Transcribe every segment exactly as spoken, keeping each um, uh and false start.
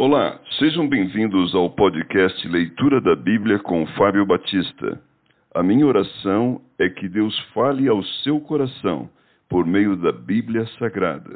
Olá, sejam bem-vindos ao podcast Leitura da Bíblia com Fábio Batista. A minha oração é que Deus fale ao seu coração por meio da Bíblia Sagrada.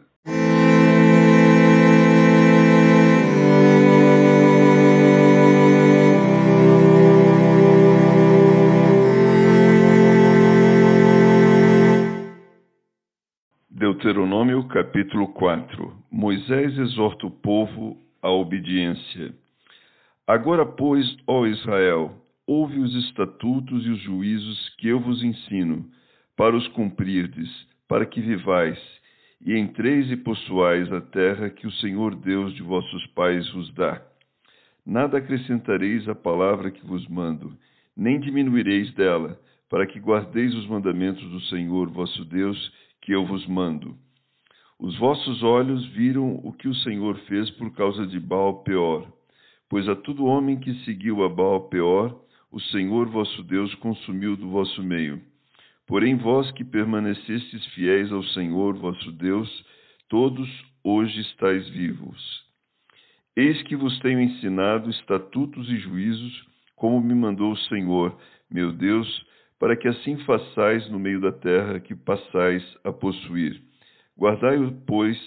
Deuteronômio capítulo quatro. Moisés exorta o povo à obediência. Agora, pois, ó Israel, ouve os estatutos e os juízos que eu vos ensino, para os cumprirdes, para que vivais, e entreis e possuais a terra que o Senhor Deus de vossos pais vos dá. Nada acrescentareis à palavra que vos mando, nem diminuireis dela, para que guardeis os mandamentos do Senhor vosso Deus, que eu vos mando. Os vossos olhos viram o que o Senhor fez por causa de Baal-peor, pois a todo homem que seguiu a Baal-peor, o Senhor vosso Deus consumiu do vosso meio. Porém vós que permanecestes fiéis ao Senhor vosso Deus, todos hoje estáis vivos. Eis que vos tenho ensinado estatutos e juízos, como me mandou o Senhor, meu Deus, para que assim façais no meio da terra que passais a possuir. Guardai-o, pois,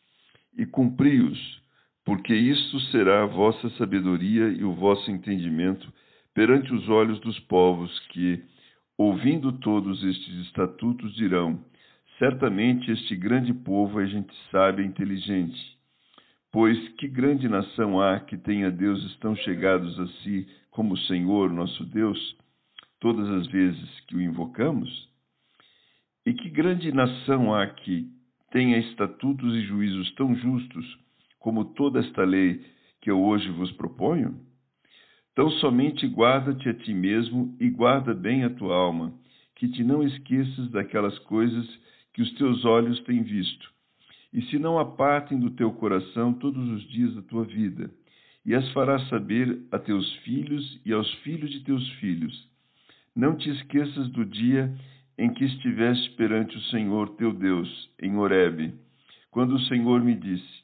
e cumpri-os, porque isto será a vossa sabedoria e o vosso entendimento perante os olhos dos povos que, ouvindo todos estes estatutos, dirão: certamente este grande povo é gente sábia e inteligente. Pois que grande nação há que tenha deuses tão chegados a si como o Senhor, nosso Deus, todas as vezes que o invocamos? E que grande nação há que tenha estatutos e juízos tão justos como toda esta lei que eu hoje vos proponho? Então somente guarda-te a ti mesmo e guarda bem a tua alma, que te não esqueças daquelas coisas que os teus olhos têm visto, e se não apartem do teu coração todos os dias da tua vida, e as farás saber a teus filhos e aos filhos de teus filhos. Não te esqueças do dia em que estiveste perante o Senhor teu Deus, em Horebe, quando o Senhor me disse: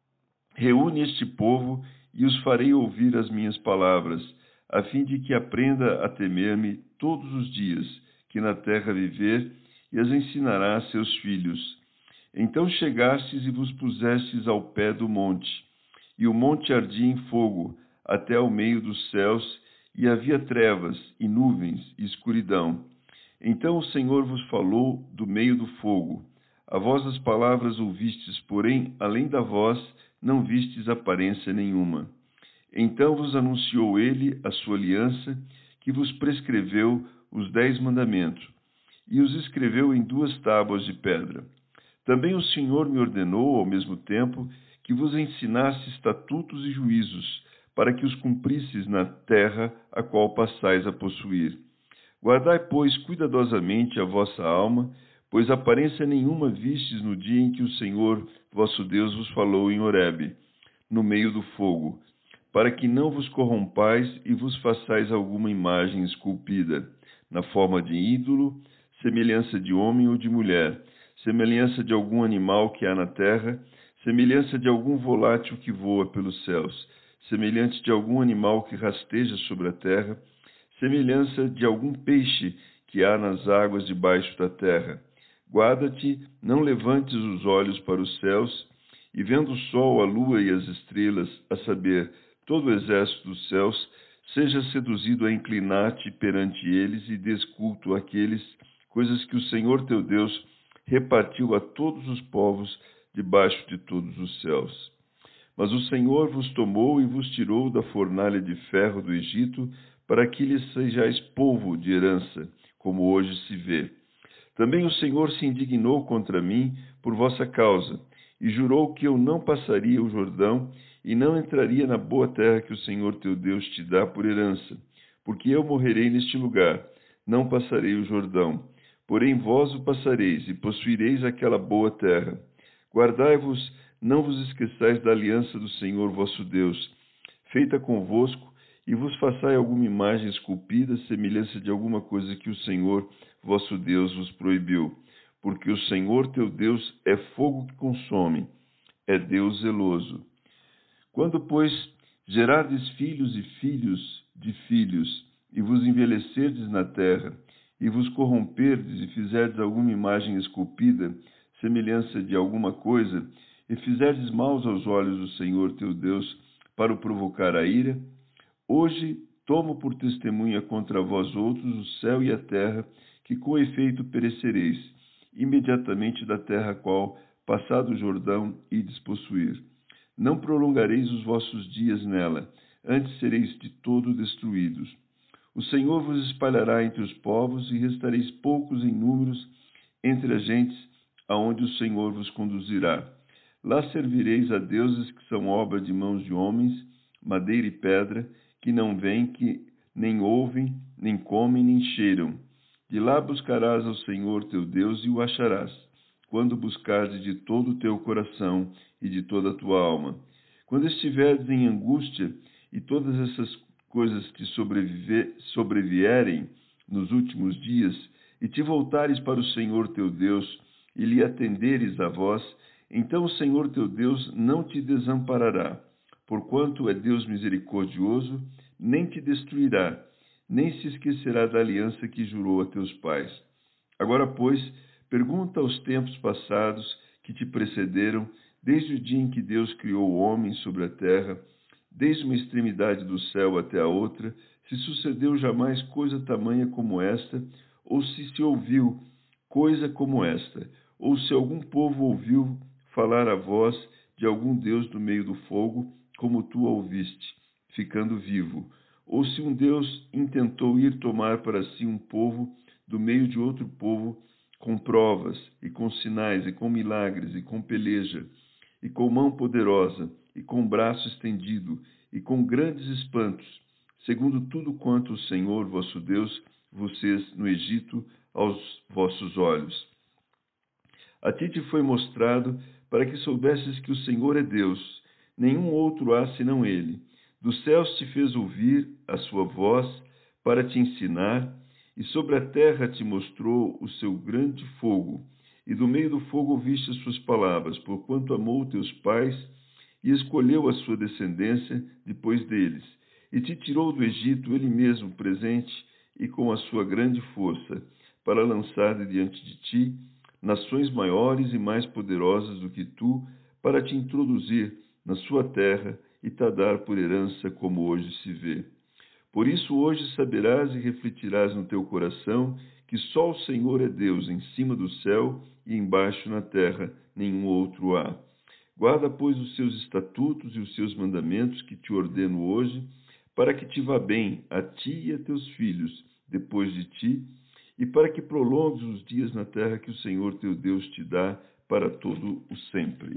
reúne este povo e os farei ouvir as minhas palavras, a fim de que aprenda a temer-me todos os dias que na terra viver, e as ensinará a seus filhos. Então chegastes e vos pusestes ao pé do monte, e o monte ardia em fogo até ao meio dos céus, e havia trevas, e nuvens, e escuridão. Então o Senhor vos falou do meio do fogo. A vós as palavras ouvistes, porém, além da voz, não vistes aparência nenhuma. Então vos anunciou ele a sua aliança, que vos prescreveu os dez mandamentos, e os escreveu em duas tábuas de pedra. Também o Senhor me ordenou, ao mesmo tempo, que vos ensinasse estatutos e juízos, para que os cumprisseis na terra a qual passais a possuir. Guardai, pois, cuidadosamente a vossa alma, pois aparência nenhuma vistes no dia em que o Senhor vosso Deus vos falou em Horebe, no meio do fogo, para que não vos corrompais e vos façais alguma imagem esculpida, na forma de ídolo, semelhança de homem ou de mulher, semelhança de algum animal que há na terra, semelhança de algum volátil que voa pelos céus, semelhante de algum animal que rasteja sobre a terra, semelhança de algum peixe que há nas águas debaixo da terra. Guarda-te, não levantes os olhos para os céus, e vendo o sol, a lua e as estrelas, a saber, todo o exército dos céus, seja seduzido a inclinar-te perante eles e des culto àqueles, coisas que o Senhor teu Deus repartiu a todos os povos debaixo de todos os céus. Mas o Senhor vos tomou e vos tirou da fornalha de ferro do Egito, para que lhes sejais povo de herança, como hoje se vê. Também o Senhor se indignou contra mim por vossa causa, e jurou que eu não passaria o Jordão e não entraria na boa terra que o Senhor teu Deus te dá por herança, porque eu morrerei neste lugar, não passarei o Jordão. Porém vós o passareis, e possuireis aquela boa terra. Guardai-vos, não vos esqueçais da aliança do Senhor vosso Deus, feita convosco, e vos façai alguma imagem esculpida, semelhança de alguma coisa que o Senhor vosso Deus vos proibiu. Porque o Senhor teu Deus é fogo que consome, é Deus zeloso. Quando, pois, gerardes filhos e filhos de filhos, e vos envelhecerdes na terra, e vos corromperdes e fizerdes alguma imagem esculpida, semelhança de alguma coisa, e fizerdes maus aos olhos do Senhor teu Deus, para o provocar a ira, hoje tomo por testemunha contra vós outros o céu e a terra, que com efeito perecereis, imediatamente da terra a qual, passado o Jordão, ides possuir. Não prolongareis os vossos dias nela, antes sereis de todo destruídos. O Senhor vos espalhará entre os povos, e restareis poucos em números entre as gentes, aonde o Senhor vos conduzirá. Lá servireis a deuses que são obra de mãos de homens, madeira e pedra, que não veem, que nem ouvem, nem comem, nem cheiram. De lá buscarás ao Senhor teu Deus e o acharás, quando buscares de todo o teu coração e de toda a tua alma. Quando estiveres em angústia e todas essas coisas te sobrevierem nos últimos dias, e te voltares para o Senhor teu Deus, e lhe atenderes a voz, então o Senhor teu Deus não te desamparará, porquanto é Deus misericordioso, nem te destruirá, nem se esquecerá da aliança que jurou a teus pais. Agora, pois, pergunta aos tempos passados que te precederam, desde o dia em que Deus criou o homem sobre a terra, desde uma extremidade do céu até a outra, se sucedeu jamais coisa tamanha como esta, ou se se ouviu coisa como esta, ou se algum povo ouviu falar a voz de algum Deus do meio do fogo, como tu a ouviste, ficando vivo, ou se um Deus intentou ir tomar para si um povo do meio de outro povo, com provas, e com sinais, e com milagres, e com peleja, e com mão poderosa, e com braço estendido, e com grandes espantos, segundo tudo quanto o Senhor vosso Deus vos fez no Egito aos vossos olhos. A ti te foi mostrado para que soubesses que o Senhor é Deus, nenhum outro há senão Ele. Dos céus te fez ouvir a sua voz para te ensinar, e sobre a terra te mostrou o seu grande fogo, e do meio do fogo ouviste as suas palavras, porquanto amou teus pais e escolheu a sua descendência depois deles, e te tirou do Egito ele mesmo presente e com a sua grande força, para lançar de diante de ti nações maiores e mais poderosas do que tu, para te introduzir na sua terra e te dar por herança, como hoje se vê. Por isso hoje saberás e refletirás no teu coração que só o Senhor é Deus em cima do céu e embaixo na terra, nenhum outro há. Guarda, pois, os seus estatutos e os seus mandamentos que te ordeno hoje, para que te vá bem a ti e a teus filhos depois de ti, e para que prolongues os dias na terra que o Senhor teu Deus te dá para todo o sempre.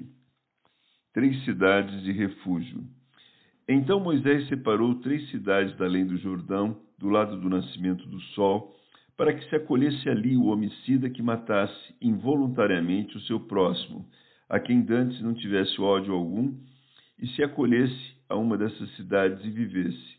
Três cidades de refúgio. Então Moisés separou três cidades da além do Jordão, do lado do nascimento do sol, para que se acolhesse ali o homicida que matasse involuntariamente o seu próximo, a quem dantes não tivesse ódio algum, e se acolhesse a uma dessas cidades e vivesse.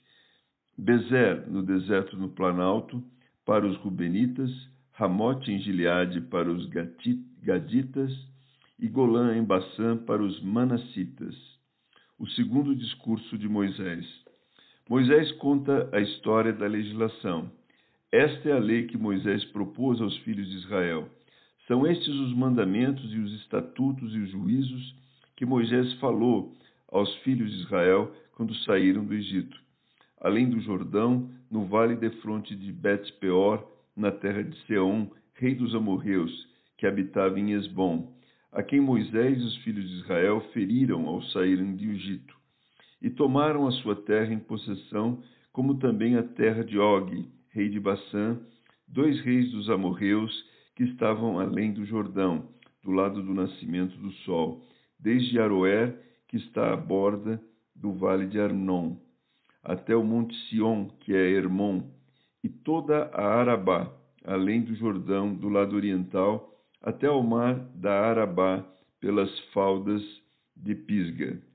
Bezer, no deserto no Planalto, para os Rubenitas, Ramote em Gileade para os Gaditas, e Golã em Baçã para os Manassitas. O segundo discurso de Moisés. Moisés conta a história da legislação. Esta é a lei que Moisés propôs aos filhos de Israel. São estes os mandamentos e os estatutos e os juízos que Moisés falou aos filhos de Israel quando saíram do Egito, além do Jordão, no vale defronte de Bet-peor, na terra de Seom, rei dos amorreus, que habitava em Esbom, a quem Moisés e os filhos de Israel feriram ao saírem do Egito, e tomaram a sua terra em possessão, como também a terra de Og, rei de Baçã, dois reis dos amorreus que estavam além do Jordão, do lado do nascimento do sol, desde Aroer, que está à borda do vale de Arnon, até o monte Sion, que é Hermon, e toda a Arabá, além do Jordão, do lado oriental, até ao mar da Arabá, pelas faldas de Pisga.